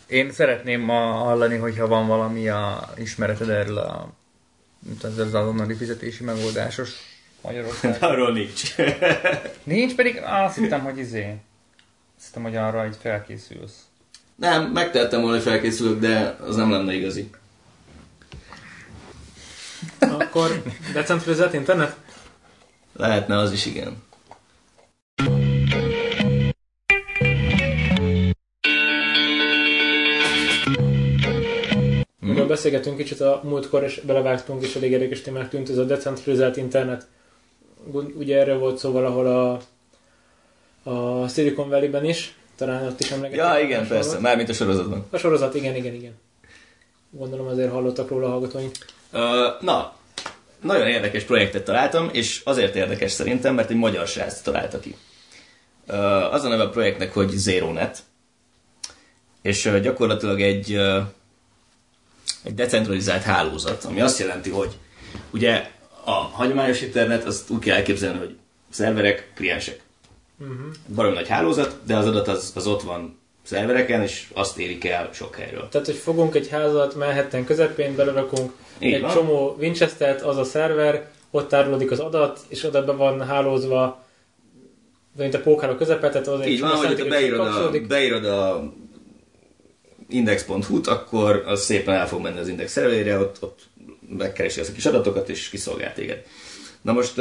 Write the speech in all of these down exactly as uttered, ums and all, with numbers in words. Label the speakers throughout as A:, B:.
A: Én szeretném ma hallani, hogyha van valami a ismereted erről a az azonnali fizetési megoldásos Magyarország.
B: Arról nincs.
A: Nincs, pedig azt hittem, hogy izé. Azt hittem, hogy arra így felkészülsz.
B: Nem, megtettem volna, hogy felkészülök, de az nem lenne igazi.
C: Akkor decentralizált internet?
B: Lehetne az is, igen.
C: Amiről beszélgetünk kicsit a múltkor, és belevágtunk, és elég érdekes témák tűnt, ez a decentralizált internet. Ugye erről volt szó valahol a, a Silicon Valley-ben is, talán ott is emlegették.
B: Ja, igen, persze, mármint a sorozatban.
C: A sorozat, igen, igen, igen. Gondolom azért hallottak róla a hallgatóink.
B: Uh, na, nagyon érdekes projektet találtam, és azért érdekes szerintem, mert egy magyar srác találta ki. Uh, az a neve a projektnek, hogy ZeroNet, és uh, gyakorlatilag egy, uh, egy decentralizált hálózat, ami azt jelenti, hogy ugye a hagyományos internet, azt úgy kell elképzelni, hogy szerverek, kliensek. Uh-huh. Baromi nagy hálózat, de az adat az, az ott van szervereken, és azt érik el sok helyről.
C: Tehát, hogy fogunk egy házat Manhattan közepén, belerakunk
B: így
C: egy
B: van.
C: Csomó Winchester-t, az a szerver, ott tárolódik az adat, és oda be van hálózva, mint a pókháló közepet, tehát az egy
B: így van, hogy ha beírod a, beírod a index pont hu-t, akkor az szépen el fog menni az index szerverére, ott, ott megkeresi az a kis adatokat, és kiszolgál téged. Na most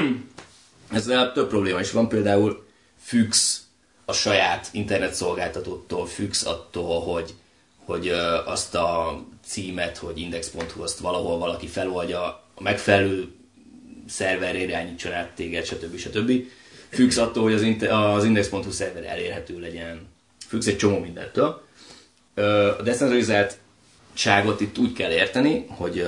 B: ezzel több probléma is van, például függsz a saját internetszolgáltatótól, függsz attól, hogy, hogy azt a címet, hogy index pont hu, azt valahol valaki feloldja, a megfelelő szerverre irányítson át téged, stb. stb. Függsz attól, hogy az, az index pont hu szerver elérhető legyen. Függsz egy csomó mindentől. A decentralizáltságot itt úgy kell érteni, hogy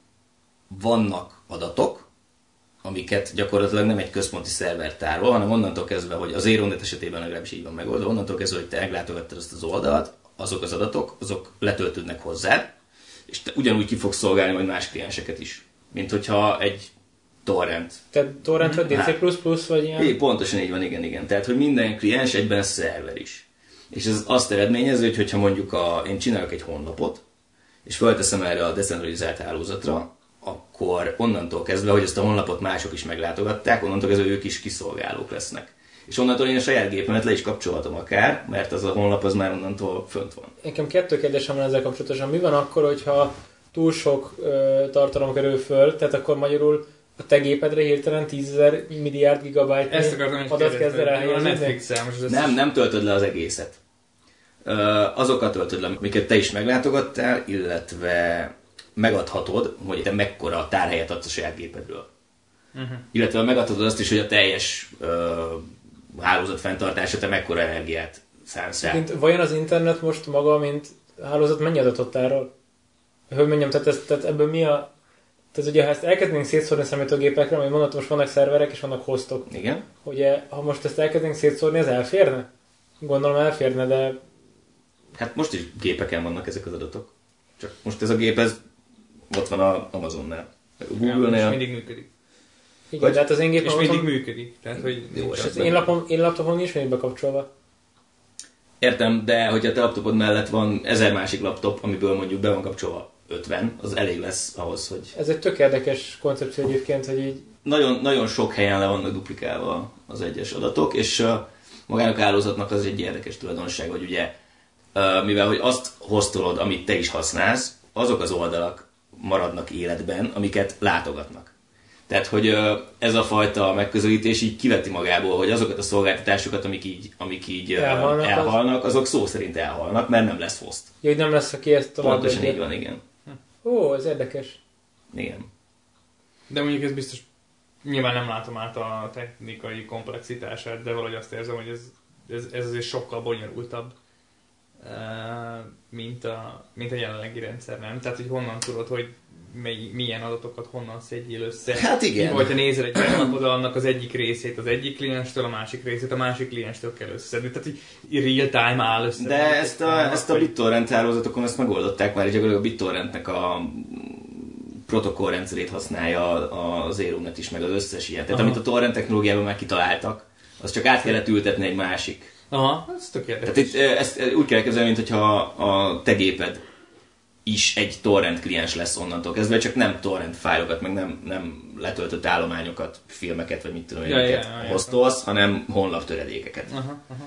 B: vannak adatok, amiket gyakorlatilag nem egy központi szerver tárol, hanem onnantól kezdve, hogy az ZeroNet esetében legalábbis így van megoldva, onnantól kezdve, hogy te meglátogattad azt az oldalt, azok az adatok, azok letöltődnek hozzád, és te ugyanúgy ki fogsz szolgálni majd más klienseket is, mint hogyha egy torrent.
C: Tehát torrent vagy dé cé plusz plusz vagy ilyen?
B: É, pontosan így van, igen, igen. Tehát, hogy minden kliens egyben szerver is. És ez azt eredményezi, hogy ha mondjuk a, én csinálok egy honlapot, és felteszem erre a decentralizált hálózatra, akkor onnantól kezdve, hogy ezt a honlapot mások is meglátogatták, onnantól kezdve ők is kiszolgálók lesznek. És onnantól én a saját gépemet le is kapcsolhatom akár, mert az a honlap az már onnantól fönt van.
C: Nekem kettő kérdésem van ezzel kapcsolatosan. Mi van akkor, hogyha túl sok ö, tartalom kerül föl, tehát akkor magyarul a te gépedre hirtelen tízezer milliárd gigabyte adat kezd el elhelyezni?
B: Nem, nem töltöd le az egészet. Azokat töltöd le, amiket te is meglátogattál, illetve megadhatod, hogy te mekkora tárhelyet adsz a saját gépedről. Uh-huh. Illetve megadhatod azt is, hogy a teljes uh, hálózat fenntartása, te mekkora energiát szánsz rá.
C: Vajon az internet most maga, mint hálózat, mennyi adatot tárol? Hogy mondjam, tehát, ez, tehát ebből mi a... Tehát ugye, ha ezt elkezdenénk szétszórni számítógépekre, mert mondhatom, most vannak szerverek és vannak hostok.
B: Igen.
C: Ugye, ha most ezt elkezdenénk szétszórni, ez elférne? Gondolom elférne, de...
B: Hát most is gépeken vannak ezek az adatok. Csak most ez a gép, ez ott van a Amazonnál, a Google-nél.
D: Ja, és mindig működik.
C: Igen, de hát az én gépem
D: és mindig
C: otthon...
D: működik. Tehát, hogy
B: jó,
C: és az én, lapom, én laptopom nincs még bekapcsolva.
B: Értem, de hogyha a te laptopod mellett van ezer másik laptop, amiből mondjuk be van kapcsolva ötven, az elég lesz ahhoz, hogy...
C: Ez egy tök érdekes koncepció egyébként, hogy így...
B: Nagyon, nagyon sok helyen le vannak duplikálva az egyes adatok, és uh, magának hálózatnak az egy érdekes tulajdonság, hogy ugye, uh, mivel hogy azt hoztolod, amit te is használsz, azok az oldalak maradnak életben, amiket látogatnak. Tehát, hogy uh, ez a fajta megközelítés így kiveti magából, hogy azokat a szolgáltatásokat, amik így, amik így uh, elhalnak, elhalnak az... azok szó szerint elhalnak, mert nem lesz host.
C: Ja, hogy nem lesz, aki ezt tovább...
B: Pontosan így van, igen.
C: Ó, ez érdekes.
B: Igen.
D: De mondjuk ez biztos, nyilván nem látom át a technikai komplexitását, de valahogy azt érzem, hogy ez, ez, ez azért sokkal bonyolultabb, mint a, mint a jelenlegi rendszer, nem? Tehát, hogy honnan tudod, hogy mely, milyen adatokat honnan szedjél össze.
B: Hát igen.
D: Vagy ha nézel egy weblapot, annak az egyik részét az egyik klienstől, a másik részét a másik klienstől kell összeszedni. Tehát így real time áll össze.
B: De ezt a, ezt a BitTorrent hálózatokon ezt megoldották már, és gyakorlatilag a BitTorrentnek a protokollrendszerét használja a ZeroNet is, meg az összes ilyen. Tehát
D: aha,
B: amit a torrent technológiában már kitaláltak, azt csak át kellett ültetni egy másik
D: Aha, ez tök érdekes.
B: Tehát itt ezt úgy kell elképzelni, mintha a te géped is egy torrent kliens lesz onnantól kezdve, csak nem torrent fájlokat, meg nem, nem letöltött állományokat, filmeket, vagy mit tudom én,
D: ja, ja, ja,
B: hoztolsz, hanem honlap töredékeket.
D: Aha, aha.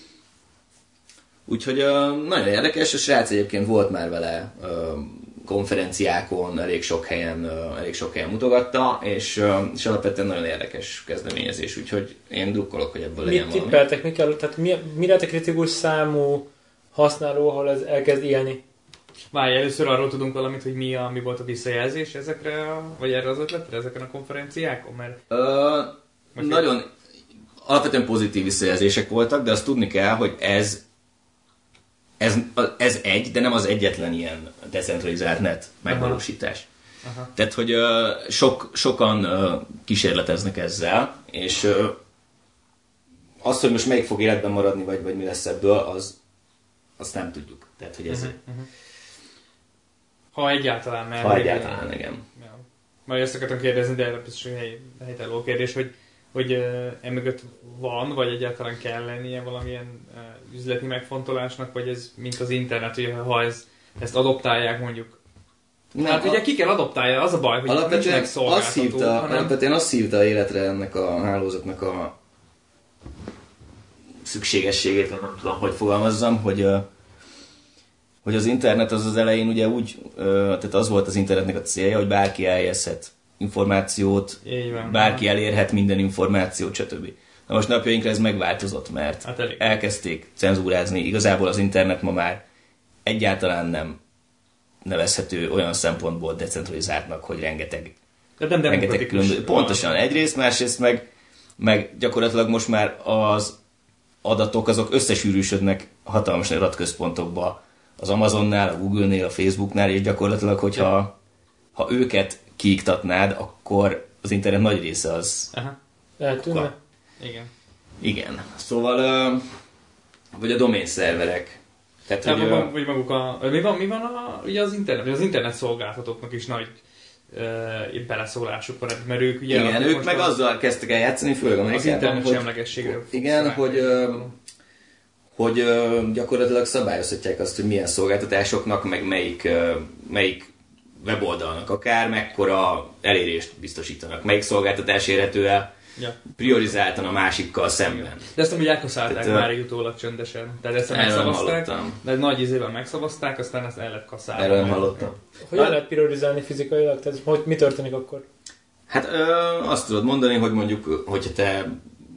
B: Úgyhogy uh, nagyon érdekes, a srác egyébként volt már vele uh, konferenciákon, elég sok helyen, uh, elég sok helyen mutogatta, és, uh, és alapvetően nagyon érdekes kezdeményezés, úgyhogy én drukkolok, hogy ebből legyen
C: mit
B: valami.
C: Mit tippeltek, mi kell, tehát mi, mi lehet a kritikus számú használó, ahol ez elkezd élni?
D: Várj, először arról tudunk valamit, hogy mi, a, mi volt a visszajelzés ezekre, a, vagy erre az ötletre, ezeken a konferenciákon? Mert...
B: Uh, nagyon alapvetően pozitív visszajelzések voltak, de azt tudni kell, hogy ez Ez, ez egy, de nem az egyetlen ilyen decentralizált net megvalósítás. Aha. Aha. Tehát, hogy uh, sok, sokan uh, kísérleteznek ezzel, és uh, azt, hogy most melyik fog életben maradni, vagy, vagy mi lesz ebből, az, azt nem tudjuk. Tehát, hogy ez...
D: Uh-huh, uh-huh. Ha egyáltalán, mert...
B: Ha egyáltalán, igen.
D: Ja. Majd ezt akartam kérdezni, de erre biztos, hogy hely, helytálló kérdés, hogy hogy uh, emögött van, vagy egyáltalán kell lennie valamilyen uh, üzleti megfontolásnak, vagy ez mint az internet, hogy ha ez, ezt adoptálják mondjuk. Nem, hát a... ugye ki kell adoptálja, az a baj, hogy
B: alapvetően
D: nincs szolgáltató.
B: Azt hívta, hanem... Alapvetően azt hívta életre ennek a hálózatnak a szükségességét, nem tudom, hogy fogalmazzam, hogy, uh, hogy az internet az az elején ugye úgy, uh, tehát az volt az internetnek a célja, hogy bárki eljeszhet információt,
D: van,
B: bárki van. Elérhet minden információt, stb. Na most napjainkra ez megváltozott, mert
D: hát
B: elkezdték cenzúrázni. Igazából az internet ma már egyáltalán nem nevezhető olyan szempontból decentralizáltnak, hogy rengeteg,
D: de nem
B: rengeteg különböző. Pontosan egyrészt, másrészt meg, meg gyakorlatilag most már az adatok azok összesűrűsödnek hatalmas adatközpontokba, az Amazonnál, a Google-nél, a Facebooknál, és gyakorlatilag, hogyha ha őket kiiktatnád, akkor az internet nagy része az...
D: Aha.
C: Eltűnne?
D: Igen.
B: Igen. Szóval, uh, vagy a domain szerverek. Tehát,
D: Tehát,
B: hogy,
D: van, vagy maguk a... Mi van, mi van a, ugye az internet? Az internet szolgáltatóknak is nagy uh, beleszólásuk van, mert ők ugye...
B: Igen, ők meg az azzal kezdtek el játszani, főleg Amerikában,
D: az internet semlegességre.
B: Igen, hogy, uh, hogy uh, gyakorlatilag szabályozhatják azt, hogy milyen szolgáltatásoknak, meg melyik, uh, melyik weboldalnak akár, mekkora elérést biztosítanak, melyik szolgáltatás érhető el ja. priorizáltan a másikkal szemben.
D: De ezt amúgy elkaszálták Tehát, már utólag csöndesen. Tehát ezt megszavazták, de nagy izében megszavazták, aztán ezt el lett kaszálni.
B: Erről nem hallottam.
C: Hogyan lehet priorizálni fizikailag? Tehát hogy, mi történik akkor?
B: Hát ö, azt tudod mondani, hogy mondjuk, hogyha te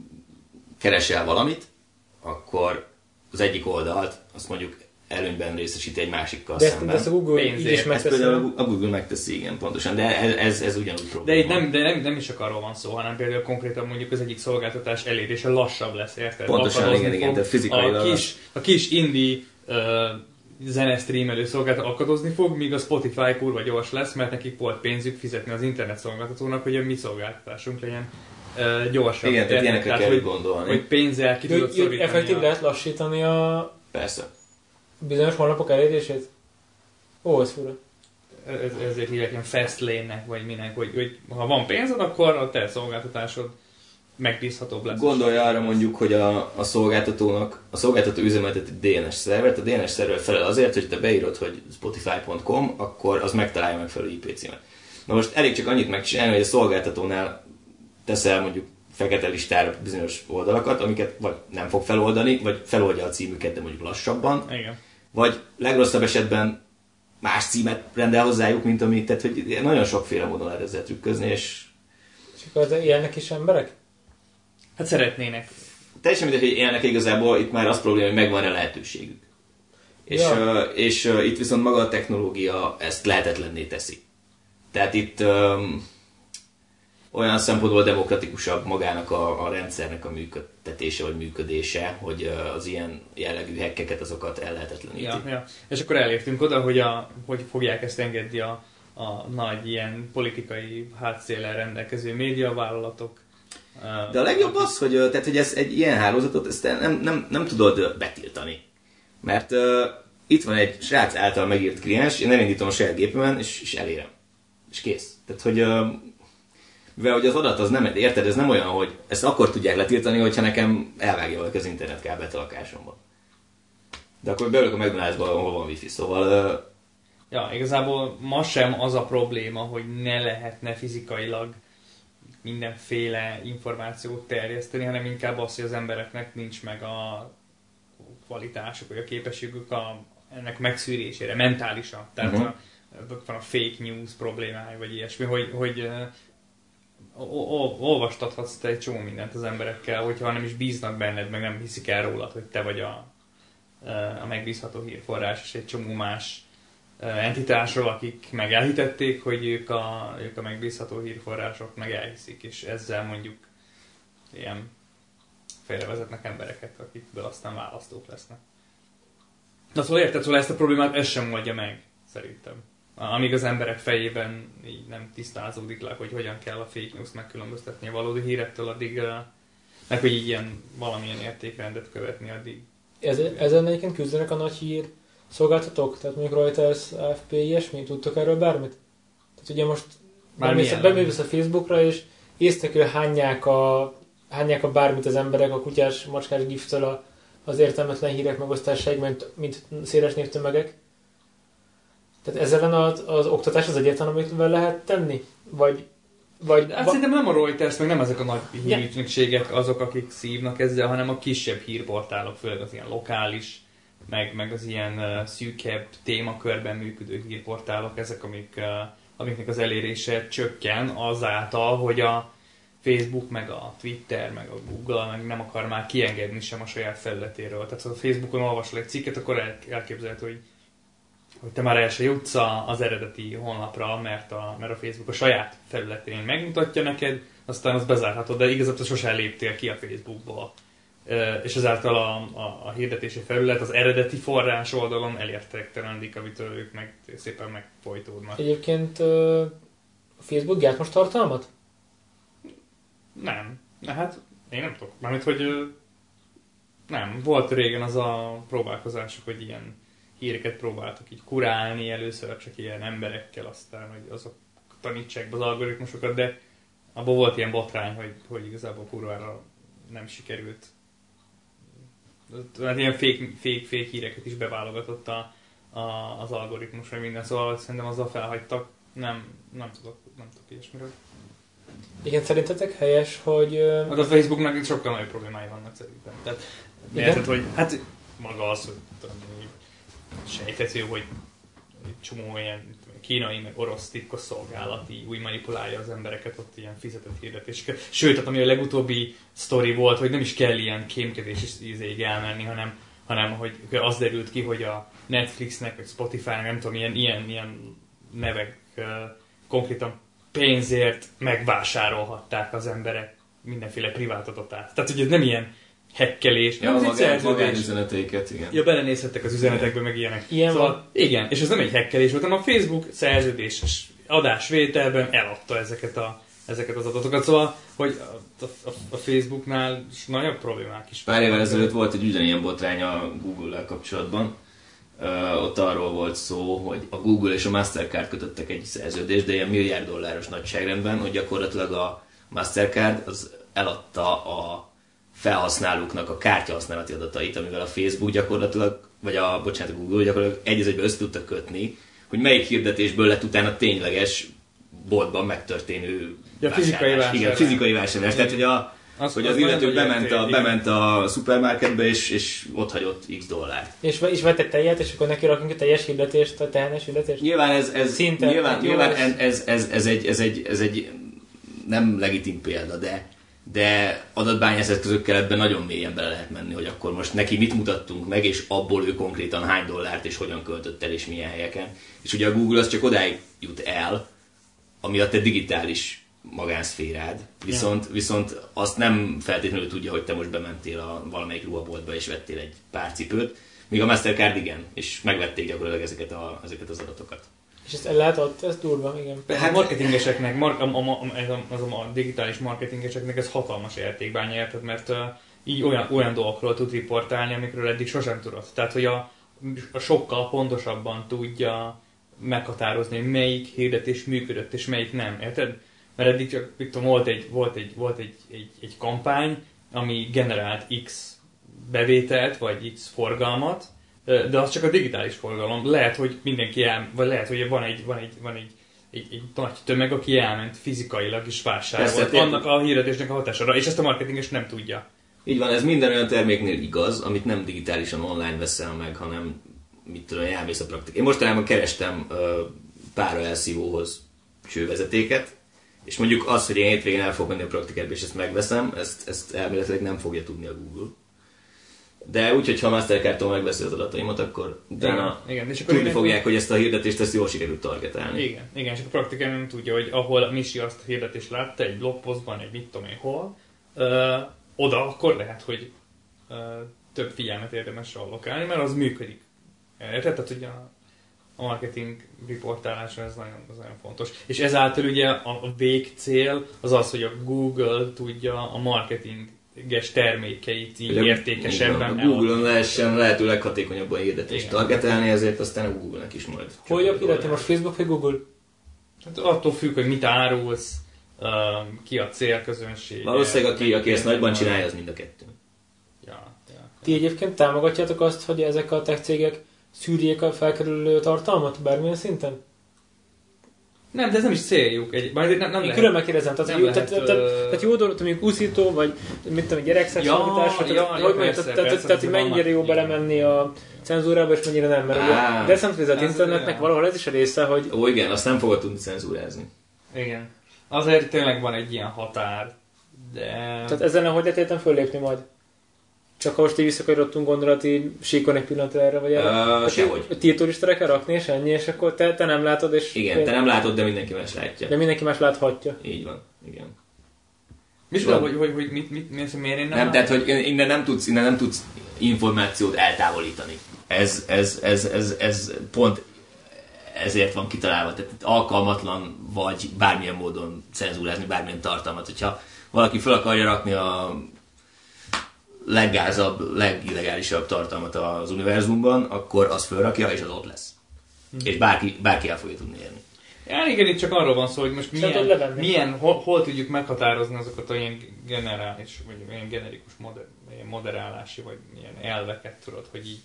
B: keresel valamit, akkor az egyik oldalt, azt mondjuk előnyben részesíti egy másikkal
C: de
B: szemben.
C: De ezt a Google így is megteszi.
B: Például a Google megteszi, igen, pontosan, de ez, ez, ez ugyanúgy probléma.
D: De itt nem, de nem, nem is csak arról van szó, hanem például konkrétan mondjuk az egyik szolgáltatás elérése lassabb lesz, érted?
B: Pontosan,
D: akadozni
B: igen, igen, de fizikailag...
D: A kis, a kis indie uh, zenestreamelő szolgáltató akadozni fog, míg a Spotify kurva gyors lesz, mert nekik volt pénzük fizetni az internet szolgáltatónak, hogy a mi szolgáltatásunk legyen uh, gyorsabb.
B: Igen, tehát ilyenekre kell hogy, gondolni.
D: Hogy pénzzel ki tudod szorítani.
C: Effektív lehet lassítani a...
B: Persze.
C: Bizonyos honlapok elérését? Ó, ez fura.
D: Ez, ezért hívják ilyen fast lane-nek, vagy minek, hogy, hogy ha van pénzed, akkor a te szolgáltatásod megbízhatóbb lesz.
B: Gondolja arra mondjuk, hogy a, a szolgáltatónak, a szolgáltató üzemeltet egy dé en es szervert, a dé en es szerver felel azért, hogy te beírod, hogy spotify pont com, akkor az megtalálja megfelelő i pé címet. Na most elég csak annyit megcsinálni, hogy a szolgáltatónál teszel mondjuk fekete listára bizonyos oldalakat, amiket vagy nem fog feloldani, vagy feloldja a címüket, de mondjuk lassabban.
D: Igen.
B: Vagy legrosszabb esetben más címet rendel hozzájuk, mint amit, tehát hogy nagyon sokféle módon lehet ezzel trükközni, és...
C: És akkor az élnek is emberek?
D: Hát szeretnének.
B: Teljesen mindegy, hogy élnek igazából, itt már az probléma, hogy megvan-e lehetőségük. És,
C: ja.
B: uh, és uh, itt viszont maga a technológia ezt lehetetlenné teszi. Tehát itt um, olyan szempontból demokratikusabb magának a, a rendszernek a működtetése vagy működése, hogy uh, az ilyen jellegű hackeket azokat ellehetetleníti.
D: Ja, ja. És akkor elértünk oda, hogy, a, hogy fogják ezt engedni a, a nagy ilyen politikai hátszéllel rendelkező médiavállalatok.
B: De a legjobb az, hogy, tehát, hogy ez egy ilyen hálózatot ezt nem, nem, nem tudod betiltani. Mert uh, itt van egy srác által megírt kliens, én elindítom a saját gépemen, és, és elérem. És kész. Tehát, hogy uh, Mivel hogy az adat az nem, érted, ez nem olyan, hogy ezt akkor tudják letiltani, hogyha nekem elvágja valaki az internetkábelt a lakásomban. De akkor beülök a McDonald'sba, ahol van wifi, szóval...
D: Ja, igazából ma sem az a probléma, hogy ne lehetne fizikailag mindenféle információt terjeszteni, hanem inkább az, hogy az embereknek nincs meg a kvalitásuk, vagy a képességük a, ennek megszűrésére, mentálisan. Tehát uh-huh. a, van a fake news problémája, vagy ilyesmi, hogy, hogy olvastathatsz te egy csomó mindent az emberekkel, hogyha nem is bíznak benned, meg nem hiszik el rólad, hogy te vagy a, a megbízható hírforrás, és egy csomó más entitásról, akik meg elhitették, hogy ők a, ők a megbízható hírforrások, meg elhiszik, és ezzel mondjuk ilyen félrevezetnek embereket, akikből aztán választók lesznek. Na szóval érted, szóval ezt a problémát ez sem oldja meg, szerintem. Amíg az emberek fejében így nem tisztázódik le, hogy hogyan kell a fake news megkülönböztetni a valódi hírettől, addig meg hogy így ilyen valamilyen értékrendet követni, addig. Ez,
C: ezen egyébként küzdenek a nagy hír szolgáltatók? Tehát mondjuk Reuters, á ef pé, ilyesmi? Tudtok erről bármit? Tehát ugye most bemész a Facebookra, és észtekül hányják a, hányják a bármit az emberek a kutyás, macskás giftől a, az értelmetlen hírek megosztásáig, mint, mint széles névtömegek. Tehát ezzel az, az oktatás az egyetlen, amit lehet tenni? Vagy... vagy
D: hát szerintem nem a Reuters, meg nem ezek a nagy hírügynökségek azok, akik szívnak ezzel, hanem a kisebb hírportálok, főleg az ilyen lokális, meg, meg az ilyen uh, szűkebb témakörben működő hírportálok, ezek, amik, uh, amiknek az elérése csökken azáltal, hogy a Facebook, meg a Twitter, meg a Google meg nem akar már kiengedni sem a saját felületéről. Tehát ha a Facebookon olvasol egy cikket, akkor elképzelhető, hogy, hogy te már el se jutsz az eredeti honlapra, mert a, mert a Facebook a saját felületén megmutatja neked, aztán azt bezárhatod, de igazából sosem léptél ki a Facebookból. És ezáltal a, a, a hirdetési felület az eredeti forrás oldalon elértéktelenedik, amitől ők meg szépen megfojtódnak.
C: Egyébként a Facebook gyárt most tartalmat?
D: Nem. Na hát én nem tudok. Mármint, hogy nem. Volt régen az a próbálkozások, hogy ilyen híreket próbáltak így kurálni először, csak ilyen emberekkel, aztán, hogy azok tanítsák be az algoritmusokat, de abban volt ilyen botrány, hogy, hogy igazából kurvára nem sikerült. Hát ilyen fake, fake, fake híreket is beválogatott a, a, az algoritmus, vagy minden, szóval szerintem azzal felhagytak. Nem, nem tudok, nem tudok ilyesmiről.
C: Igen, szerintetek helyes, hogy...
D: Hát a Facebooknak sokkal nagyobb problémái vannak szerintem. Tehát, érted, hogy hát maga az, hogy tudom, sejthető, hogy egy csomó ilyen kínai, meg orosz titkosszolgálati úgy manipulálja az embereket ott ilyen fizetett hirdetéseket. Sőt, tehát ami a legutóbbi sztori volt, hogy nem is kell ilyen kémkedés ízéig elmenni, hanem, hanem hogy az derült ki, hogy a Netflixnek, vagy Spotify-nak, nem tudom, ilyen, ilyen, ilyen nevek uh, konkrétan pénzért megvásárolhatták az emberek mindenféle privát adatát. Tehát, hogy ez nem ilyen hekkelés.
B: Ja, a magánüzeneteiket, igen.
D: Ja, belenézhettek az üzenetekbe, meg ilyenek. Ilyen szóval, van. Igen, és ez nem egy hekkelés volt, hanem a Facebook szerződéses adásvételben eladta ezeket, a, ezeket az adatokat. Szóval, hogy a, a, a Facebooknál nagyobb problémák is.
B: Pár évvel ezelőtt volt egy ugyanilyen botrány a Google-lel kapcsolatban. Uh, ott arról volt szó, hogy a Google és a Mastercard kötöttek egy szerződést, de ilyen milliárd dolláros nagyságrendben, hogy gyakorlatilag a Mastercard az eladta a felhasználóknak a kártyahasználati adatait, amivel a Facebook gyakorlatilag, vagy a, bocsánat, a Google gyakorlatilag egy az egyben össze tudta kötni, hogy melyik hirdetésből lett utána tényleges boltban megtörténő
D: ja, fizikai vásárlás.
B: Igen, fizikai vásárlás. Tehát, hogy, a, az, hogy az, az illető bement a, bement a szupermarketbe, és, és ott hagyott x dollárt.
C: És, és vett egy tejet, és akkor neki rakunk egy teljes hirdetést, a tehenes hirdetést?
B: Nyilván ez, ez, Szinte, nyilván, nyilván ez, ez, ez, ez, egy, ez, egy, ez egy nem legitim példa, de de adatbányászatközökkel ebben nagyon mélyen bele lehet menni, hogy akkor most neki mit mutattunk meg, és abból ő konkrétan hány dollárt és hogyan költött el, és milyen helyeken. És ugye a Google az csak odáig jut el, ami a te digitális magánszférád, viszont, ja. viszont azt nem feltétlenül tudja, hogy te most bementél a valamelyik ruhaboltba és vettél egy pár cipőt, míg a Mastercard igen, és megvették gyakorlatilag ezeket, a, ezeket az adatokat.
C: És ezt ellátott, ez durva, igen.
D: Hát a marketingeseknek, mar, a, a, a, az a digitális marketingeseknek ez hatalmas értékbánya, érted, mert uh, így olyan, olyan dolgokról tud riportálni, amikről eddig sosem tudott. Tehát, hogy a, a sokkal pontosabban tudja meghatározni, melyik hirdetés működött és melyik nem, érted? Mert eddig csak, tudom, volt, egy, volt, egy, volt egy, egy, egy kampány, ami generált X bevételt, vagy X forgalmat, de az csak a digitális forgalom. Lehet, hogy mindenki el, vagy lehet, hogy van egy, van egy, van egy, egy, egy nagy tömeg, aki elment fizikailag is vásárolt annak a hirdetésnek a hatására, és ezt a marketinges nem tudja.
B: Így van, ez minden olyan terméknél igaz, amit nem digitálisan online veszel meg, hanem mit tudom, elmész a praktik. Én mostanában kerestem uh, pára elszívóhoz csővezetéket, és mondjuk az, hogy én hétvégén el fogok menni a praktikerbe és ezt megveszem, ezt, ezt elméletileg nem fogja tudni a Google. De úgy, hogyha a Mastercard-tól megveszi az adataimat, akkor utána igen, igen. tudni fogják, nem... hogy ezt a hirdetést ezt jól sikerült targetálni.
D: Igen, igen, és a praktiker nem tudja, hogy ahol a Misi azt a hirdetést látta, egy blogpostban, egy mit tudom én hol, ö, oda akkor lehet, hogy ö, több figyelmet érdemes allokálni, mert az működik. Érted? Tehát ugye a, a marketing riportálása ez nagyon, ez nagyon fontos. És ezáltal ugye a, a végcél az az, hogy a Google tudja a marketing termékeit így ugye, értékesebben
B: a Google-on lehessen lehetőleg hatékonyabban hirdetést targetálni, ezért aztán a Google-nek is majd.
C: Hogy jobb hirdetni most Facebook vagy Google?
D: Hát attól függ, hogy mit árulsz, um, ki a célközönség.
B: Valószínűleg aki, aki ezt nagyban csinálja, az mind a kettő.
D: Ja, ja.
C: Ti egyébként támogatjátok azt, hogy ezek a tech cégek szűrjék a felkerülő tartalmat bármilyen szinten?
D: Nem, de ez nem is céljuk. Egy, nem, nem
C: Én
D: lehet,
C: külön megkérdezem, tehát, jó,
D: lehet,
C: tehát, tehát, tehát jó dolog, mondjuk úszító, vagy mit tudom, gyerekszexualitás,
D: ja, ja, ja,
C: tehát hogy mennyire jó belemenni a cenzúrába, és mennyire nem, mert a decentralizált internetnek valahol ez is a része, hogy...
B: Ó, igen, azt nem fogod tudni cenzúrázni.
D: Igen. Azért tényleg van egy ilyen határ, de...
C: Tehát ezen hogy lehet értem föllépni majd? Csak ha most így visszakanyarodtunk gondolati síkon egy pillanatra erre, vagy erre?
B: Uh, sehogy.
C: Tiltólistára kell rakni, és ennyi, és akkor te, te nem látod, és...
B: Igen, te nem látod, de mindenki más látja.
C: De mindenki más láthatja.
B: Így van, igen.
D: Mit van, hogy, hogy, hogy mit, mit, mit, miért én nem
B: Nem, tehát, hogy innen nem tudsz, innen nem tudsz információt eltávolítani. Ez, ez, ez, ez, ez pont ezért van kitalálva. Tehát alkalmatlan vagy bármilyen módon cenzúrázni bármilyen tartalmat. Hogyha valaki fel akarja rakni a leggázabb, legillegálisabb tartalmat az univerzumban, akkor az fölrakja, és az ott lesz. Hmm. És bárki, bárki el fogja tudni érni.
D: Ja, igen, itt csak arról van szó, hogy most milyen, milyen hol, hol tudjuk meghatározni azokat a ilyen generális, vagy ilyen generikus moder, ilyen moderálási, vagy ilyen elveket, tudod, hogy így.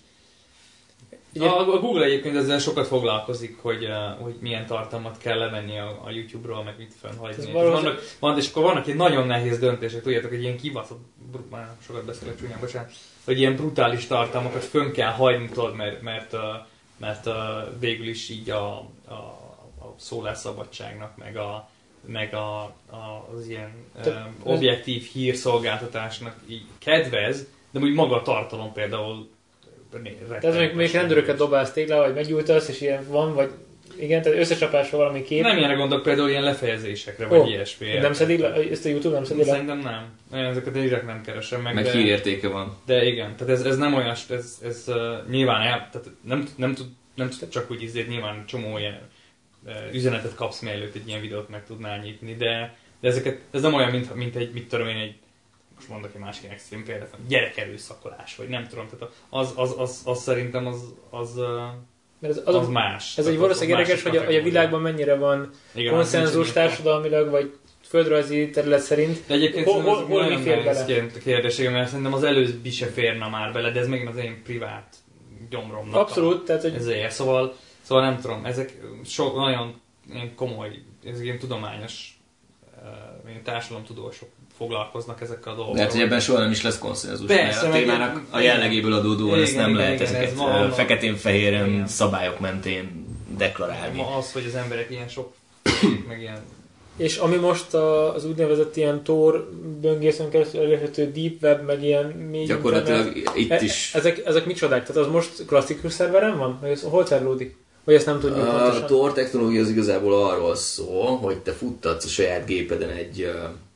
D: A, a Google egyébként ezzel sokat foglalkozik, hogy, uh, hogy milyen tartalmat kell levenni a, a YouTube-ról, meg mit fennhagyni. Vannak, van, és akkor vannak egy nagyon nehéz döntések, tudjátok, hogy ilyen kibaszott, már sokat beszélek csúnyán, bocsánat, hogy ilyen brutális tartalmakat fönn kell hagyni, tudod, mert, mert, uh, mert uh, végül is így a, a, a szólásszabadságnak, meg, a, meg a, a, az ilyen uh, objektív hírszolgáltatásnak így kedvez, de úgy maga a tartalom például
C: tehát még, még rendőröket dobálsz tégla, vagy meggyújtasz, és ilyen van, vagy igen, tehát összecsapásra valami kép.
D: Nem ilyenre gondolok, például ilyen lefejezésekre, vagy oh, ilyesmi.
C: Nem szedik le, ezt a YouTube nem szedik le?
D: Szerintem nem. Ezeket én direkt nem keresem meg.
B: Meg
D: de,
B: hírértéke van.
D: De igen, tehát ez, ez nem olyan, ez, ez uh, nyilván el, tehát nem, nem tud, nem tud csak úgy ízért, nyilván csomó ilyen uh, üzenetet kapsz, mielőtt egy ilyen videót meg tudnál nyitni, de, de ezeket, ez nem olyan, mint, mint egy, mit tudom én, egy most mondok egy másik extrém példát, gyerekerőszakolás, vagy nem tudom, tehát az, az, az, az szerintem az, az,
C: az, az,
D: az más.
C: Ez egy valószínűleg érdekes, hogy a, hogy a világban mennyire van igen, konszenzus társadalmilag, vagy földrajzi terület szerint.
D: De egyébként hol, hol, hol mi fér bele? Kérdés, mert szerintem az előbbi se férne már bele, de ez megint az én privát gyomromnak.
C: Abszolút,
D: a,
C: tehát hogy...
D: ezért. Szóval, szóval nem tudom, ezek sok nagyon ilyen komoly, ez ilyen tudományos, uh, társadalomtudósok foglalkoznak ezekkel a dolgokkal.
B: Lehet, hogy ebben soha nem is lesz konszenzus, mert a témának a jellegéből adódóan ezt nem igen, lehet igen, ezeket ez feketén-fehéren szabályok mentén deklarálni.
D: Ma az, hogy az emberek ilyen sok meg ilyen...
C: És ami most az úgynevezett ilyen Tor böngészőn keresztül elérhető Deep Web, meg ilyen mély
B: gyakorlatilag
C: internet,
B: itt is...
C: E- ezek, ezek micsodák? Tehát az most klasszikus szerveren van? Vagy ez hol terülődik? Vagy ezt nem tudjuk pontosan?
B: A Tor technológia az igazából arról szól, hogy te futtatsz a saját gépeden egy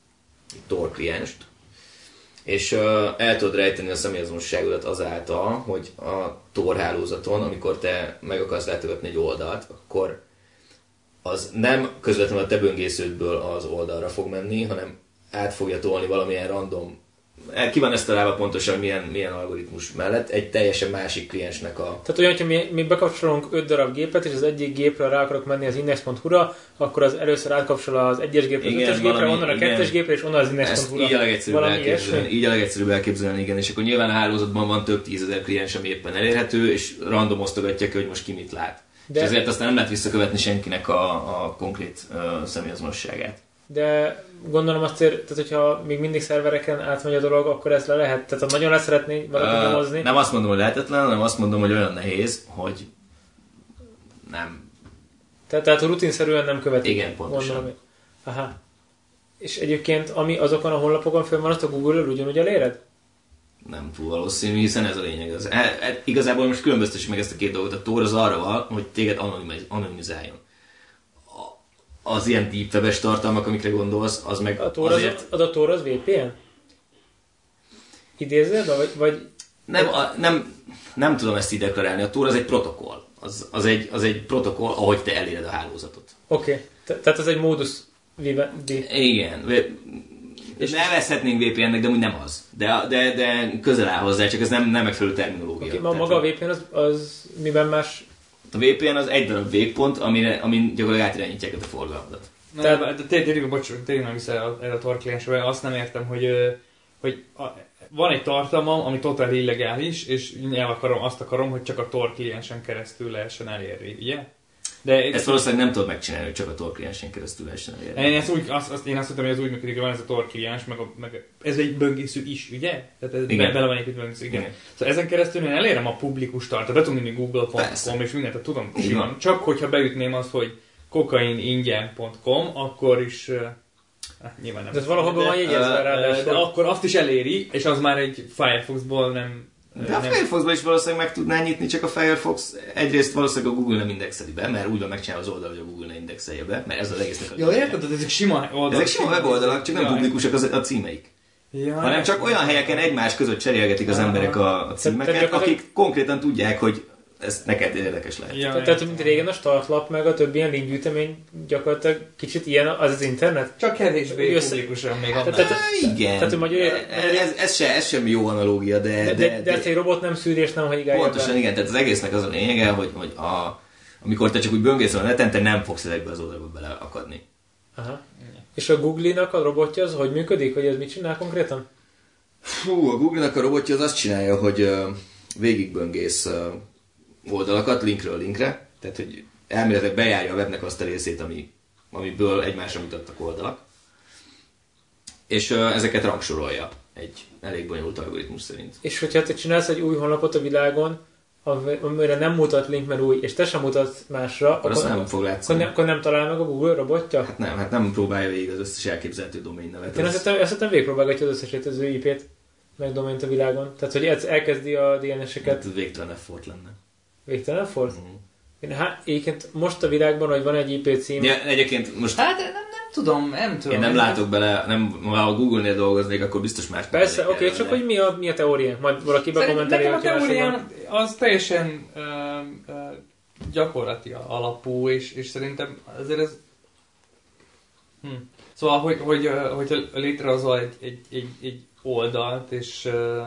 B: Tor klienst, és uh, el tudod rejteni a személyazonosságodat azáltal, hogy a Tor hálózaton, amikor te meg akarsz látogatni egy oldalt, akkor az nem közvetlenül a te böngésződből az oldalra fog menni, hanem át fogja tolni valamilyen random ki van ezt találva pontosan milyen, milyen algoritmus mellett, egy teljesen másik kliensnek a...
C: Tehát olyan, hogyha mi, mi bekapcsolunk öt darab gépet, és az egyik gépre rá akarok menni az index pont hu-ra, akkor az először átkapcsol az egyes gépre, az ötös gépre, onnan a kettes gépre, és onnan az index pont hu-ra.
B: Így a legegyszerűbb elképzelni, így a legegyszerűbb elképzelni, igen, és akkor nyilván a hálózatban van több tízezer kliens, ami éppen elérhető, és random osztogatja ki, hogy most ki mit lát. De... És ezért aztán nem lehet visszakövetni senkinek a, a konkrét uh, személyazonosságát.
C: De gondolom azt, tehát hogyha még mindig szervereken átmegy a dolog, akkor ezt le lehet? Tehát ha nagyon le szeretné valaki uh, nyomozni?
B: Nem azt mondom, hogy lehetetlen, hanem azt mondom, hogy olyan nehéz, hogy nem.
C: Tehát, tehát rutinszerűen nem követik?
B: Igen, pontosan.
C: Gondolom. Aha. És egyébként, ami azokon a honlapokon fönn van, azt a Google-ről ugyanúgy eléred?
B: Nem túl valószínű, hiszen ez a lényeg. Az, e, e, igazából most különböztessük meg ezt a két dolgot. A Tor az arra van, hogy téged anonimiz, anonimizáljon. Az ilyen deep webes tartalmak, amikre gondolsz, az meg
C: a Tor
B: azért...
C: Az, az a Tor az vé pé en? Idézed? Vagy, vagy...
B: Nem, a, nem, nem tudom ezt így deklarálni. A Tor az egy protokoll. Az, az, egy, az egy protokoll, ahogy te eléred a hálózatot.
C: Oké. Okay. Te, tehát az egy módusz vivendi.
B: Igen. És nevezhetnénk vé pé en-nek, de úgy nem az. De, de, de közel áll hozzá, csak ez nem, nem megfelelő terminológia.
C: Okay, ma maga a vé pé en az, az miben más?
B: A vé pé en az egy darab végpont, amire, amin gyakorlatilag átirányítják a forgalmat.
D: Tehát tényleg, bocs, tényleg nem vissza erre a Tor kliensre, azt nem értem, hogy, hogy a, van egy tartalmam, ami totál illegális, és el akarom, azt akarom, hogy csak a Tor kliensen keresztül lehessen elérni, ugye? De
B: ezt valószínűleg nem tudod megcsinálni, hogy csak a Tor kliensen keresztül lehessen elérni.
D: Én, ezt úgy, azt, azt, én azt mondtam, hogy ez úgy működik, hogy van ez a Tor kliens, meg, a, meg a, ez egy böngésző is, ugye? Tehát ez be, bele van egy böngésző, igen. igen. Szóval ezen keresztül én elérem a publikus tartalmat, be tudom írni google pont com és mindent, tudom simán. Csak hogyha beütném azt, hogy kokainingyen pont com, akkor is... Uh, nyilván nem.
C: De ez valahol van jegyezve ráadásul.
D: De akkor azt is eléri, és az már egy Firefoxból nem...
B: De a Firefoxban is valószínűleg meg tudná nyitni, csak a Firefox egyrészt valószínűleg a Google nem indexeli be, mert úgy van megcsinálva az oldal, hogy a Google ne indexelje be, mert ez az egésznek a...
D: Jó, érted? Ezek sima oldalak.
B: Ezek sima weboldalak, csak nem jaj. Publikusak az, a címeik. Jaj. Hanem csak olyan helyeken egymás között cserélgetik az emberek a, a címeket, te, akik te... konkrétan tudják, hogy ez neked érdekes lehet.
C: Ja, tehát, mint régen a startlap, meg a többi ilyen linkgyűjtemény gyakorlatilag kicsit ilyen az az internet?
D: Csak kevésbé publikusan még annál.
B: Tehát, igen. Tehát, magyar, ez, ez, se, ez sem jó analógia, de...
C: De, de, de, de ezt egy robot nem szűr, és nem hagyigálja.
B: Pontosan, igen. Tehát az egésznek az a lényege, hogy, hogy a, amikor te csak úgy böngészel a neten, te nem fogsz ezekbe az oldalba beleakadni.
C: Aha. És a Google-nak a robotja az hogy működik? Vagy ez mit csinál konkrétan?
B: Fú, a Google-nak a robotja az azt csinálja, hogy uh, végigböngész uh, oldalakat linkről linkre, tehát hogy elméletileg bejárja a webnek azt a részét, ami, amiből egymásra mutattak oldalak, és uh, ezeket rangsorolja egy elég bonyolult algoritmus szerint.
C: És hogyha te csinálsz egy új honlapot a világon, amire nem mutat link, mert új, és te sem mutatsz másra,
B: akkor, akkor, nem, fog
C: akkor, nem, akkor nem talál meg a Google robotja?
B: Hát nem, hát nem próbálja végig az összes elképzelhető domain nevet.
C: Én azt hiszem végigpróbálgatja az összes létező í pét, meg domaint a világon. Tehát, hogy elkezdi a dé en es-eket.
B: Hát végtelen effort lenne.
C: Végtelen effort? Mm. Hát egyébként most a világban, hogy van egy í pé cím...
B: Ja, egyébként most...
D: Hát nem, nem tudom, nem tudom.
B: Én nem látok bele, nem, ha a Google-nél dolgoznék, akkor biztos más.
C: Persze, oké, okay, csak hogy mi a, mi a teóriánk? Majd valaki bekommentálja,
D: hogy a teórián az teljesen uh, uh, gyakorlati alapú, és, és szerintem azért ez... Hm. Szóval, hogy, hogy, uh, hogyha létrehozol egy, egy, egy, egy oldalt, és... Uh,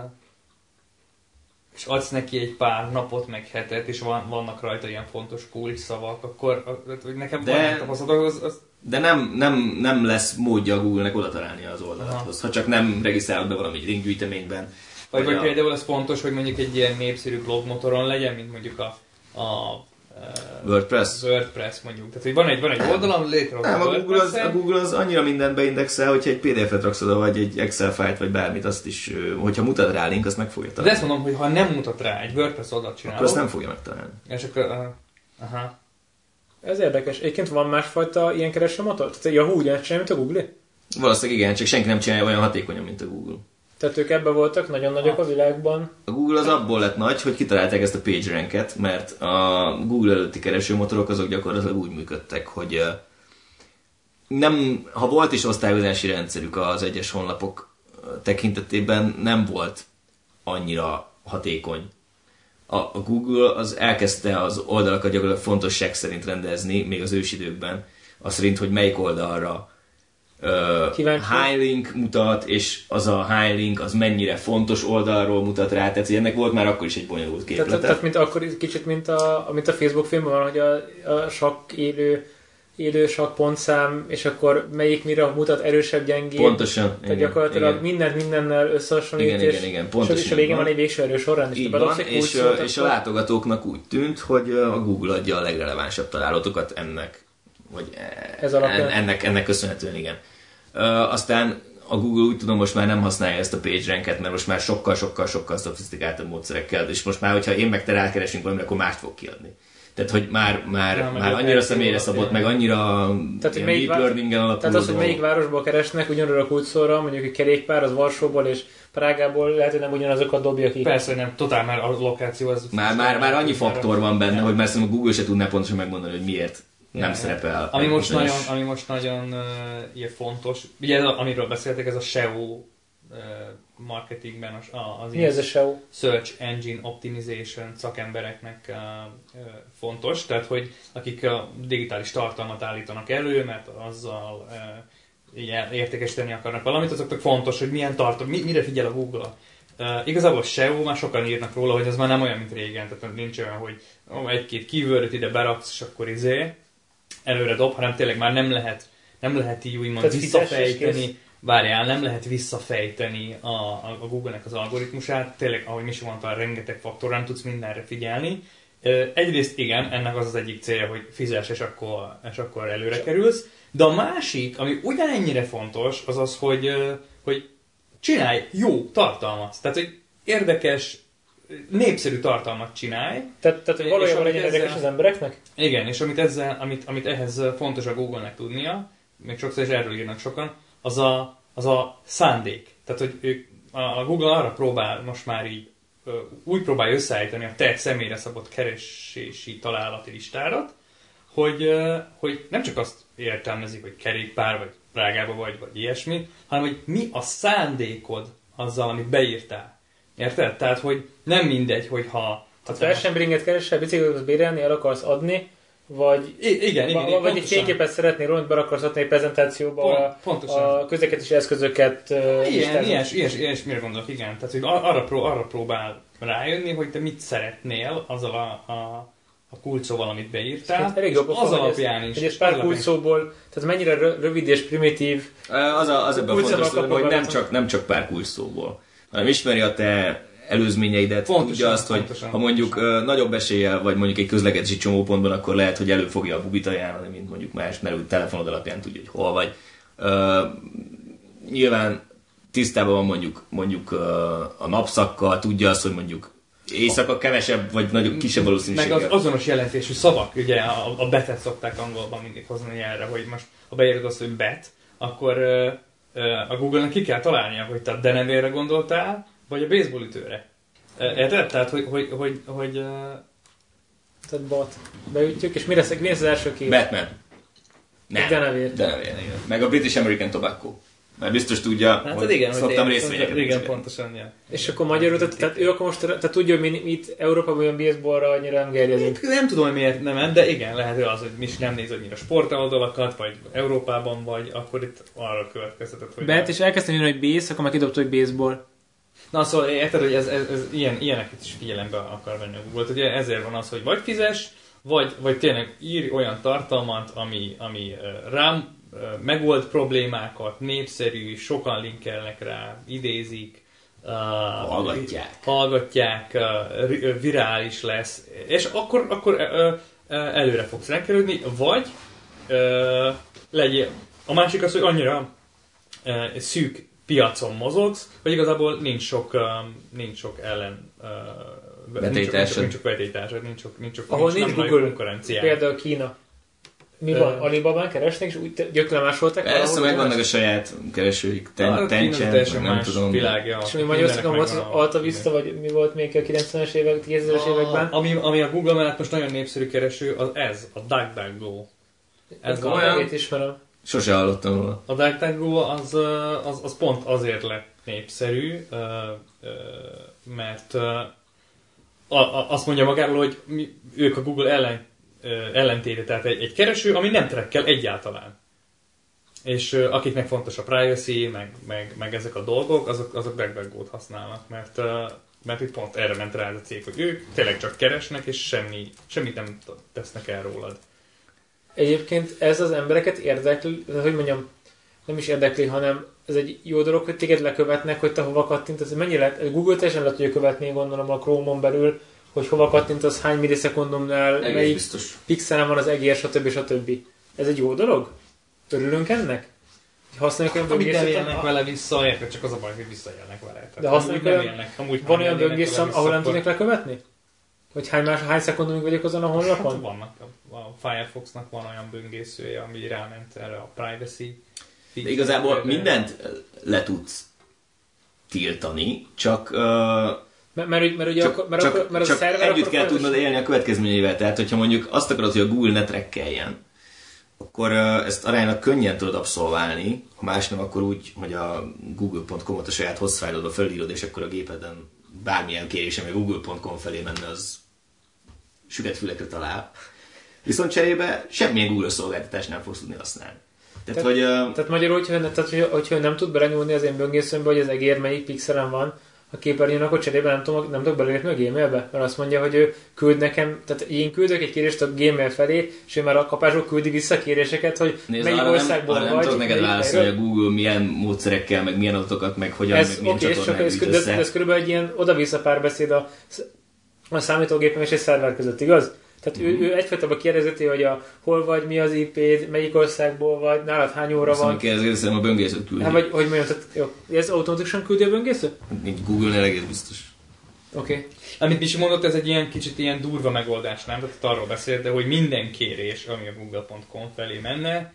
D: és adsz neki egy pár napot, meg hetet, és van, vannak rajta ilyen fontos kulcsszavak, akkor hogy nekem
B: de,
D: van az, az, az...
B: De nem, nem, nem lesz módja a Google-nek oda találni az oldalathoz, ha csak nem regisztrálod be valami linkgyűjteményben.
D: Vagy, vagy
B: a...
D: például az fontos, hogy mondjuk egy ilyen népszerű blogmotoron legyen, mint mondjuk a, a
B: WordPress.
D: WordPress mondjuk. Tehát, hogy van egy, van egy oldalam, létrehozom
B: a Google az, a Google az annyira mindent beindexel, hogyha egy pé dé ef-et raksz oda, vagy egy Excel fájlt, vagy bármit, azt is, hogyha mutat rá link, azt meg fogja találni.
D: De ezt mondom, hogy ha nem mutat rá egy WordPress oldalt csinálom,
B: akkor azt nem fogja megtalálni.
D: És akkor, uh, aha.
C: Ez érdekes. Egyébként van másfajta ilyen keresőmotor? Tehát Yahoo ugyanezt csinálja, mint a Google?
B: Valószínűleg igen, csak senki nem csinálja olyan hatékonyan, mint a Google.
C: Tehát ők ebben voltak nagyon nagyok a világban.
B: A Google az abból lett nagy, hogy kitalálták ezt a PageRank-et, mert a Google előtti keresőmotorok azok gyakorlatilag úgy működtek, hogy nem, ha volt is osztályozási rendszerük az egyes honlapok tekintetében, nem volt annyira hatékony. A, a Google az elkezdte az oldalakat gyakorlatilag fontosság szerint rendezni, még az ősidőkben, az szerint, hogy melyik oldalra uh, high link mutat, és az a high link az mennyire fontos oldalról mutat rá, tehát ennek volt már akkor is egy bonyolult képlete.
C: Tehát, tehát mint akkor kicsit, mint a, mint a Facebook filmben van, hogy a, a sakk élő élő sakk pontszám, és akkor melyik mire mutat erősebb, gyengébb.
B: Pontosan.
C: Tehát gyakorlatilag mindent mindennel összehasonlít,
B: igen,
C: és,
B: igen, igen, pontosan,
C: és a végén van egy végső erős sorrend.
B: Így van, és, és, és a látogatóknak úgy tűnt, hogy a Google adja a legrelevánsabb találatokat ennek, vagy
C: Ez
B: en, ennek, ennek köszönhetően, igen. Uh, aztán a Google úgy tudom most már nem használja ezt a PageRanket, mert most már sokkal-sokkal-sokkal szofisztikáltabb módszerekkel, és most már, hogyha én meg te rákeresünk valamire, akkor mást fog kiadni. Tehát, hogy már, már, ja, már annyira személyre szabott, meg annyira
C: tehát,
B: ilyen deep learningen alapuló.
C: Tehát az, hogy melyik városból keresnek, ugyanarra a kulcsszóra, mondjuk egy kerékpár, az Varsóból és Prágából, lehet, hogy nem ugyanazokat dobja ki.
D: Persze, hogy nem, totál már a lokáció az...
B: Már, már, már annyi faktor van benne, ja. hogy már szerintem a Google se tudná pontosan megmondani, hogy miért ja, nem ja. szerepel.
D: Ami most, nagyon, ami most nagyon uh, ilyen fontos, ugye ez a, amiről beszéltek, ez a S E O uh, marketingben az, az
C: Mi ez a S E O?
D: Search Engine Optimization szakembereknek uh, uh, fontos, tehát hogy akik a digitális tartalmat állítanak elő, mert azzal uh, értékesíteni akarnak valamit, azoknak fontos, hogy milyen tartalom, mi, mire figyel a Google. Uh, igazából S E O, már sokan írnak róla, hogy ez már nem olyan, mint régen, tehát nincs olyan, hogy oh, egy-két keywordot ide beraksz, és akkor izé előre dob, hanem tényleg már nem lehet, nem lehet így úgymond visszafejteni. Várjál, nem lehet visszafejteni a, a, a Google-nek az algoritmusát, tényleg, ahogy Misi mondta, rengeteg faktor, nem tudsz mindenre figyelni. Egyrészt igen, ennek az az egyik célja, hogy fizess, és akkor, és akkor előre kerülsz, de a másik, ami ugyanennyire fontos, az az, hogy, hogy csinálj jó tartalmat. Tehát, hogy érdekes, népszerű tartalmat csinálj.
C: Tehát, tehát hogy valójában legyen érdekes az embereknek?
D: Igen, és amit, ezzel, amit, amit ehhez fontos a Google-nek tudnia, még sokszor is erről írnak sokan, az a, az a szándék. Tehát, hogy ők, a Google arra próbál most már így, úgy próbálja összeállítani a te személyre szabott keresési találati listárat, hogy, hogy nem csak azt értelmezik, hogy kerékpár, vagy Prágába vagy, vagy ilyesmi, hanem hogy mi a szándékod azzal, amit beírtál. Érted? Tehát, hogy nem mindegy, hogyha...
C: Ha versenybringet keresel, biciklitet bérelni, el akarsz adni, vagy,
D: I- igen, igen,
C: vagy, vagy egy fényképet szeretnél róla, be akarsz adni egy prezentációba Pont, a, a közlekedési eszközöket.
D: Igen, ilyes, ilyes, ilyes, mire gondolok, igen. Tehát, hogy arra, pró, arra próbál rájönni, hogy te mit szeretnél azzal a, a, a kulcsszóval, amit beírtál, hát,
C: és az
D: alapján is.
C: Hogy ez pár kulcsszóból, tehát mennyire rövid és primitív.
B: Az, a, az ebben fontos, hogy nem csak, nem csak pár kulcsszóból, hanem ismeri a te előzményeidet, tudja azt, hogy pontosan, ha mondjuk pontosan. Uh, nagyobb eséllyel, vagy mondjuk egy közlekedési csomópontban, akkor lehet, hogy elő fogja a bubit ajánlani, mint mondjuk más, mert úgy telefonod alapján tudja, hogy hol vagy. Uh, nyilván tisztában van mondjuk, mondjuk uh, a napszakkal, tudja azt, hogy mondjuk éjszaka kevesebb, vagy nagyobb, kisebb valószínűséggel.
D: Meg az azonos jelentésű szavak, ugye a, a betet szokták angolban mindig hozni erre, hogy most ha beírod azt, hogy bet, akkor uh, uh, a Google-nek ki kell találnia, hogy te a denevérre gondoltál, vagy a baseballütőre. Érted? Tehát, hogy... hogy, hogy, hogy uh...
C: Tehát bot. Beütjük, és mi lesz, mi lesz az első kép?
B: Batman. Nem.
C: Denevér.
B: Denevér, igen. Meg a British American Tobacco. Mert biztos tudja, hát, hogy igen, szoktam részvényeket.
D: Igen, pontosan, ja.
C: És akkor magyarul, tehát, tehát ő akkor most, tehát tudja, hogy mi, mi itt Európában olyan baseballra annyira nem gerjezünk.
D: Nem tudom, hogy miért nem, de igen, lehet, hogy az, hogy mi nem néz annyira sportoldalakat, vagy Európában vagy, akkor itt arra következtetett, hogy...
C: Bent, és elkezdtem írni, hogy base, akkor meg kidobta, hogy baseball.
D: Na szóval érted, hogy ez, ez, ez ilyen, ilyeneket is figyelembe akar venni a Google. Ugye ezért van az, hogy vagy fizes, vagy, vagy tényleg írj olyan tartalmat, ami, ami uh, rám uh, megold problémákat, népszerű, sokan linkelnek rá, idézik, uh,
B: hallgatják,
D: hallgatják uh, virális lesz, és akkor, akkor uh, uh, előre fogsz rendelődni, vagy uh, legyél. A másik az, hogy annyira uh, szűk piacon mozogsz, hogy igazából nincs sok, um, nincs sok ellen uh,
B: vetélytársad.
D: Nincs sok vetélytársad, nincs sok, nincs sok,
C: ahol nincs, nincs Google
D: konkurenciája.
C: Például Kína. Mi uh, van? Alibabán keresnek, és úgy gyöklemásolták?
B: Persze, meg vannak a saját keresőik. Ten, tencsen, nem tudom.
D: Világja.
C: És mi Magyarországon volt az Alta Vista, vagy mi volt még a kilencvenes évek, kétezres években?
D: Ami, ami a Google mellett most nagyon népszerű kereső, az ez, a DuckDuckGo.
C: Ez a nevét ismerem.
B: Sose hallottam róla.
D: A DuckDuckGo az, az, az pont azért lett népszerű, mert azt mondja magáról, hogy mi, ők a Google ellen, ellentéte, tehát egy, egy kereső, ami nem trekkel egyáltalán. És uh, akiknek fontos a privacy, meg, meg, meg ezek a dolgok, azok, azok DuckDuckGo-t használnak, mert, uh, mert itt pont erre ment rá ez a cég, hogy ők tényleg csak keresnek, és semmi, semmit nem tesznek el rólad.
C: Egyébként ez az embereket érdekli, hogy mondjam, nem is érdekli, hanem ez egy jó dolog, hogy téged lekövetnek, hogy te hova kattintasz. Mennyi lehet? Google teljesen le tudja követni, gondolom a Chrome-on belül, hogy hova kattintasz, hány millisekundumnál, melyik
B: biztos.
C: pixelen van az egér, stb. stb. Ez egy jó dolog? Örülünk ennek? Használjuk olyan
D: böngészőt? Amíg nem
C: élnek
D: vele vissza, érted, csak az a baj, hogy visszaélnek vele. Tehát
C: de használjuk
D: nem
C: olyan,
D: élnek, amúgy
C: van olyan böngész, ahol nem
D: akkor...
C: tudnak lekövetni? Hogy hány, más, hány szekundumig vagyok azon a honlapon?
D: Hát vannak, a, a Firefoxnak van olyan böngészője, ami ráment erre a privacy.
B: De igazából mindent le tudsz tiltani, csak... Uh...
C: Mert, mert, mert, ugye
B: csak,
C: akkor, mert,
B: csak,
C: akkor, mert
B: csak
C: a szerver
B: együtt
C: akkor
B: kell tudnod élni a következményeivel. Tehát, hogyha mondjuk azt akarod, hogy a Google ne trackeljen, akkor uh, ezt aránylag könnyen tudod abszolválni, ha más nem, akkor úgy, hogy a google pont com-ot a saját hostfile-odba felírod, és akkor a gépeden bármilyen kérés, ami google pont com felé menne, az süket fülekre talál. Viszont cserébe semmilyen Google szolgáltatást nem fogsz tudni használni. Tehát,
C: tehát,
B: hogy, uh...
C: tehát magyarul, hogyha, tehát, hogyha, hogyha nem tud belenyúlni az én böngészőmbe, hogy az egér melyik pixelen van a képernyőn, akkor cserébe nem, tudom, nem tudok belépni a Gmailbe? Mert azt mondja, hogy ő küld nekem, tehát én küldök egy kérést a Gmail felé, és ő már a kapásból küldi vissza kéréseket, hogy
B: Nézd,
C: melyik
B: arra
C: országból
B: nem,
C: vagy.
B: Nem tudok neked válaszolni, hogy a Google milyen módszerekkel, meg milyen adatokat, meg hogyan,
C: ez,
B: meg milyen
C: okay,
B: csatornák
C: ez,
B: gyűjt
C: ez,
B: össze.
C: ez körülbelül egy ilyen oda-vissza párbeszéd a, a számítógépem és egy szerver között, igaz? Tehát mm-hmm. ő, ő egyfajtában kérdezeti, hogy a, hol vagy, mi az í pé-d, melyik országból vagy, nálad hány óra
B: Azt
C: van.
B: Azt kérdezem, a böngészőt küldi.
C: Hát vagy, hogy mondjam, tehát, jó. Ez automatikusan küldi a böngésző?
B: Nincs Google-nél egész biztos.
C: Oké. Okay.
D: Amit Bisi mondott, ez egy ilyen kicsit ilyen durva megoldás, nem? Tehát arról beszélt, de hogy minden kérés, ami a google pont com felé menne,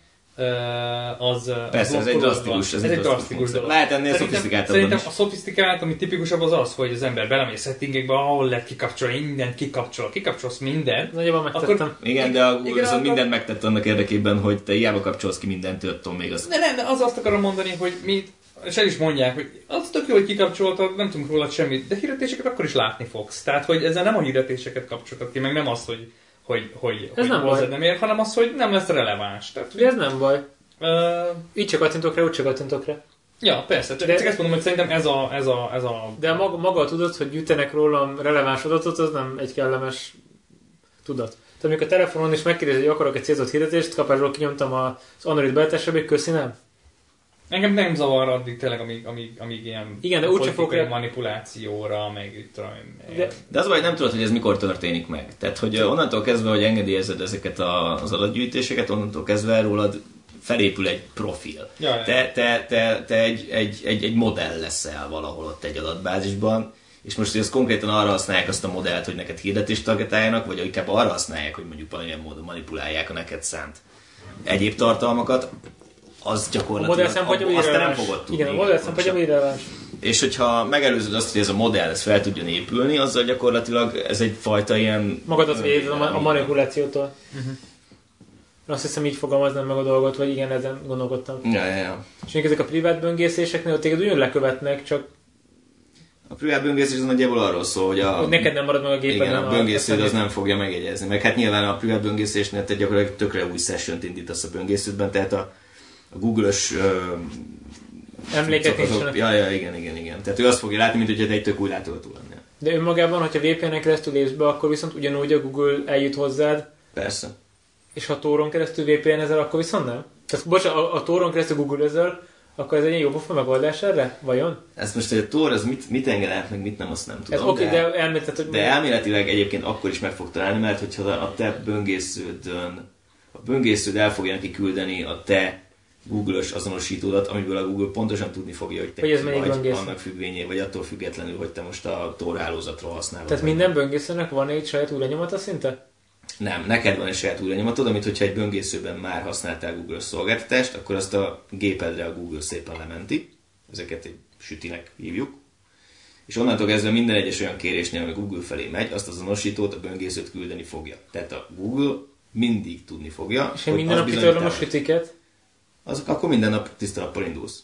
D: az...
B: Persze,
D: az
B: ez egy drasztikus,
D: ez egy drasztikus dolog.
B: Lehet ennél szofisztikáltabban
D: Szerintem
B: is.
D: a szofisztikált, ami tipikusabb az az, hogy az ember belemegy a settingekbe, ahol lehet kikapcsolni, mindent kikapcsol, kikapcsolsz mindent.
C: Nagyjából megtettem. Akkor,
B: igen, de a Google igen, viszont mindent megtett annak érdekében, hogy te hiába kapcsolsz ki mindent, attól még az...
D: De nem, de az azt akarom mondani, hogy mi, és el is mondják, hogy az tök jó, hogy kikapcsoltad, nem tudunk róla semmit, de hirdetéseket akkor is látni fogsz. Tehát, hogy ezzel nem a hirdetéseket kapcsoltad ki, meg nem az, hogy hogy, hogy,
C: ez
D: hogy
C: nem baj.
D: Nem ér, hanem az, hogy nem lesz releváns. Tehát,
C: ez nem baj.
D: Uh,
C: így csak kattintok rá, úgy csak kattintok rá.
D: Ja, persze. De csak ezt mondom, hogy szerintem ez a... Ez a, ez a...
C: De maga, maga a tudat, hogy gyűjtenek rólam releváns adatot, az nem egy kellemes tudat. Tehát amikor a telefonon is megkérdezi, hogy akarok egy célzott hirdetést, kapásról kinyomtam az Android beletesebé, köszi nem?
D: Engem nem zavar addig tényleg, amíg, amíg, amíg ilyen
C: igen, de úgy fogok
D: manipulációra, meg tudom,
B: de, de az baj, nem tudod, hogy ez mikor történik meg. Tehát, hogy onnantól kezdve, hogy engedélyezed ezeket az adatgyűjtéseket, onnantól kezdve rólad felépül egy profil.
D: Ja,
B: te te, te, te egy, egy, egy, egy modell leszel valahol ott egy adatbázisban, és most hogy ezt konkrétan arra használják azt a modellt, hogy neked hirdetést targetáljanak, vagy inkább arra használják, hogy mondjuk valamilyen módon manipulálják a neked szánt egyéb tartalmakat, az gyakorlatilag
C: a
B: azt te nem fogod tudni.
C: Igen, a modell szempontjából irreleváns.
B: És hogyha megelőzöd azt, hogy ez a modell ez fel tudjon épülni, azzal gyakorlatilag ez egyfajta ilyen...
C: Magadat véded a, a manipulációtól. Uh-huh. Azt hiszem így fogalmaznám meg a dolgot, vagy igen, ezen gondolkodtam.
B: Ja, ja, ja.
C: És még ezek a privát böngészéseknél, ott téged ugyan lekövetnek, csak...
B: A privát böngészés az nagyjából arról szól, hogy a...
C: Hogy neked nem marad meg a gépen.
B: Igen, a böngésződ az nem fogja megjegyezni. Meg hát nyilván a privát böngészésnél te gyakorlatilag tökre új sessiont indítasz a böngésződben, tehát a, a Google-ös... Uh,
C: emléket nincsenek.
B: Ja, ja, igen, igen, igen. Tehát ő azt fogja látni, mint hogy egy tök új látogató lennél.
C: De önmagában, hogyha vé pé en-en keresztül lépsz be, akkor viszont ugyanúgy a Google eljut hozzád.
B: Persze.
C: És ha Toron keresztül vé pé en-ezel, akkor viszont nem? Tehát bocsánat, a, a Toron keresztül Google-ezel, akkor ez egy ilyen jobb megoldás erre? Vajon?
B: Ez most, hogy a Tor az mit, mit enged át, meg mit nem, azt nem tudom.
C: Ez oké, okay, de, de, elméletet, hogy
B: de elméletileg egyébként akkor is meg fog találni, mert hogyha a te böngésződön, a böngésződ el fogja neki küldeni a te Google-ös azonosítódat, amiből a Google pontosan tudni fogja, hogy te
C: hogy ez
B: vagy
C: böngésző.
B: Annak függvényé, vagy attól függetlenül, hogy te most a Tor hálózatról használod.
C: Tehát minden böngészőnek van egy saját újranyomata szinte?
B: Nem, neked van egy saját újranyomatod, amit hogyha egy böngészőben már használtál Google szolgáltatást, akkor azt a gépedre a Google szépen lementi, ezeket egy sütinek hívjuk, és onnantól kezdve minden egyes olyan kérésnél, ami Google felé megy, azt az azonosítót a böngészőt küldeni fogja. Tehát a Google mindig tudni fogja,
C: és hogy minden nap kitörlöm a sütiket?
B: Azok akkor minden nap tiszta nappal indulsz.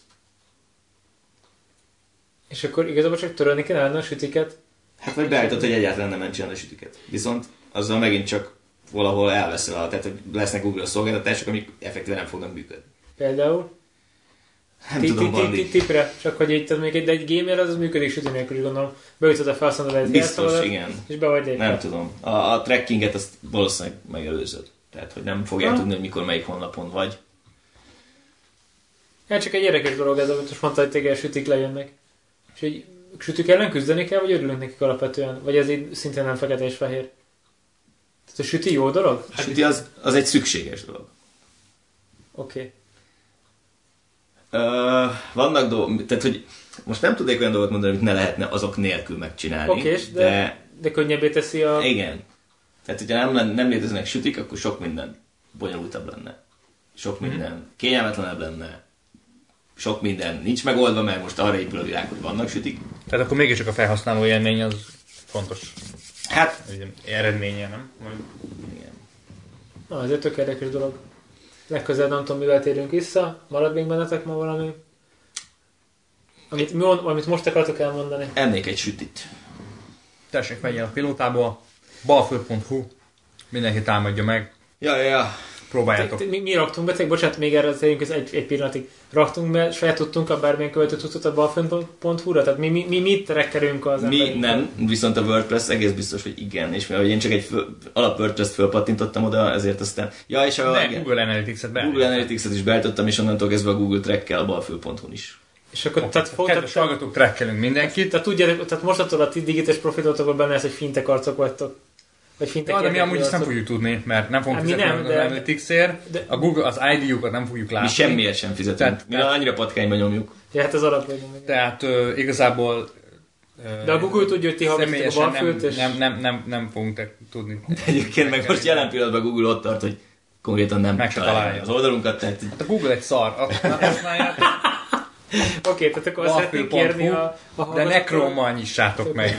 C: És akkor igazából csak törölni kell a sütiket?
B: Hát vagy beállítod, hogy egyáltalán nem mentsen a sütiket. Viszont azzal megint csak valahol elveszel, tehát hogy lesznek Google szolgáltatások, amik effektíven nem fognak működni.
C: Például.
B: Nem tudom, Bandi.
C: Tipre, csak hogy így, még egy, egy gamer az működik sütő nélkül is gondolom. Beütöd a felszonod egy
B: biztos, igen.
C: És be vagy lépve.
B: Nem tudom. A, a trackinget azt valószínűleg megelőzöd. Tehát, hogy nem fogják
C: ha?
B: tudni, hogy mikor melyik honlapon vagy.
C: Ja, csak egy érdekes dolog ez, amit most mondta, hogy téged sütik lejönnek. És így sütük ellen küzdeni kell, vagy örülünk nekik alapvetően? Vagy ez így szintén nem fekete és fehér? Tehát a süti jó dolog?
B: A süti az, az egy szükséges dolog.
C: Oké. Okay.
B: Uh, vannak dolgok, tehát hogy most nem tudnék olyan dolgot mondani, amit ne lehetne azok nélkül megcsinálni.
C: Oké, okay, de, de, de könnyebbé teszi a...
B: Igen. Tehát, hogyha nem, nem léteznek sütik, akkor sok minden bonyolultabb lenne. Sok minden mm-hmm. kényelmetlenebb lenne. Sok minden nincs megoldva, mert most arra épül a világ, hogy vannak sütik.
A: Tehát akkor mégiscsak a felhasználó élmény az fontos.
B: Hát...
A: eredménye, nem?
B: Igen.
C: Na, ez egy tök érdekes dolog. Legközelebb nem tudom, mivel térünk vissza. Marad még bennetek ma valami? Amit, mi, amit most akartok elmondani?
B: Ennék egy sütit.
A: Tessék, menjen a pilótából. balföld pont hu. Mindenki támadja meg.
B: Ja, ja, ja.
A: Próbáljátok.
C: Te, te, mi, mi raktunk be? Bocsánat, még erre térjünk egy, egy pillanatig. Raktunk be, saját tudtunk a bármilyen követő tudtot a balföld pont hu-ra? Tehát mi, mi, mi mit rekkerünk az
B: Mi nem, viszont a WordPress egész biztos, hogy igen. És mivel én csak egy föl, alap WordPress-t fölpattintottam oda, ezért aztán... Ja, és a...
A: De Google Analytics-et be.
B: Google Analytics-et is beállítottam, és onnantól kezdve a Google Track-kel a balföld pont hu-n is.
C: És akkor
A: okay.
C: tehát
A: tehát kedves hallgatók, trackelünk mindenkit.
C: Tehát tudjátok, tehát mostattól a ti digitális profilotokban benne ez, hogy fintek arcok vagytok. Vagy fintek
A: ja, de mi amúgy ezt nem fogjuk tudni, mert nem fogunk fizetni az de... Analytics-ért. De... A Google, az I D-jukat nem fogjuk látni.
B: Mi semmiért sem fizetünk. Tehát, mi tehát... annyira patkányba nyomjuk.
C: Ja, hát az alapvetően.
A: Tehát uh, igazából...
C: Uh, de a Google tudja, hogy ti hallgatok a balföldet, és...
A: Nem, nem, nem, nem fogunk te tudni.
B: De egyébként meg most jelen pillanatban Google ott tart, hogy konkrétan nem
A: meg
B: találja az oldalunkat. Tehát...
A: Hát a Google egy szar, azt használjátok.
C: Oké, okay, tehát akkor azt szeretnénk kérni a, a
A: de ne Chrome-mal nyissátok meg.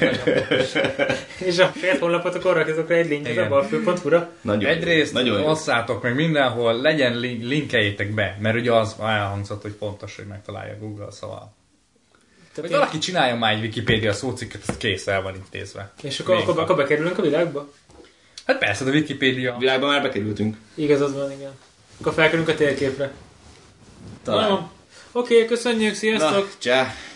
C: És a saját honlapotok arra kezdokra egy linkhez a balföld pont hu-ra.
A: Egyrészt osszátok meg mindenhol, legyen linkeljétek be, mert ugye az elhangzott, hogy fontos, hogy megtalálja Google, szóval. Hogy én... valaki csináljon már egy Wikipédia szócikket, ez kész, el van intézve.
C: És akkor, akkor, akkor bekerülünk a világba?
A: Hát persze, a Wikipédia.
B: A világban már bekerültünk.
C: Igaz, az van, igen. Akkor felkerülünk a térképre.
B: Talán.
C: Oké, okay, köszönjük, sziasztok!
B: Na, csá!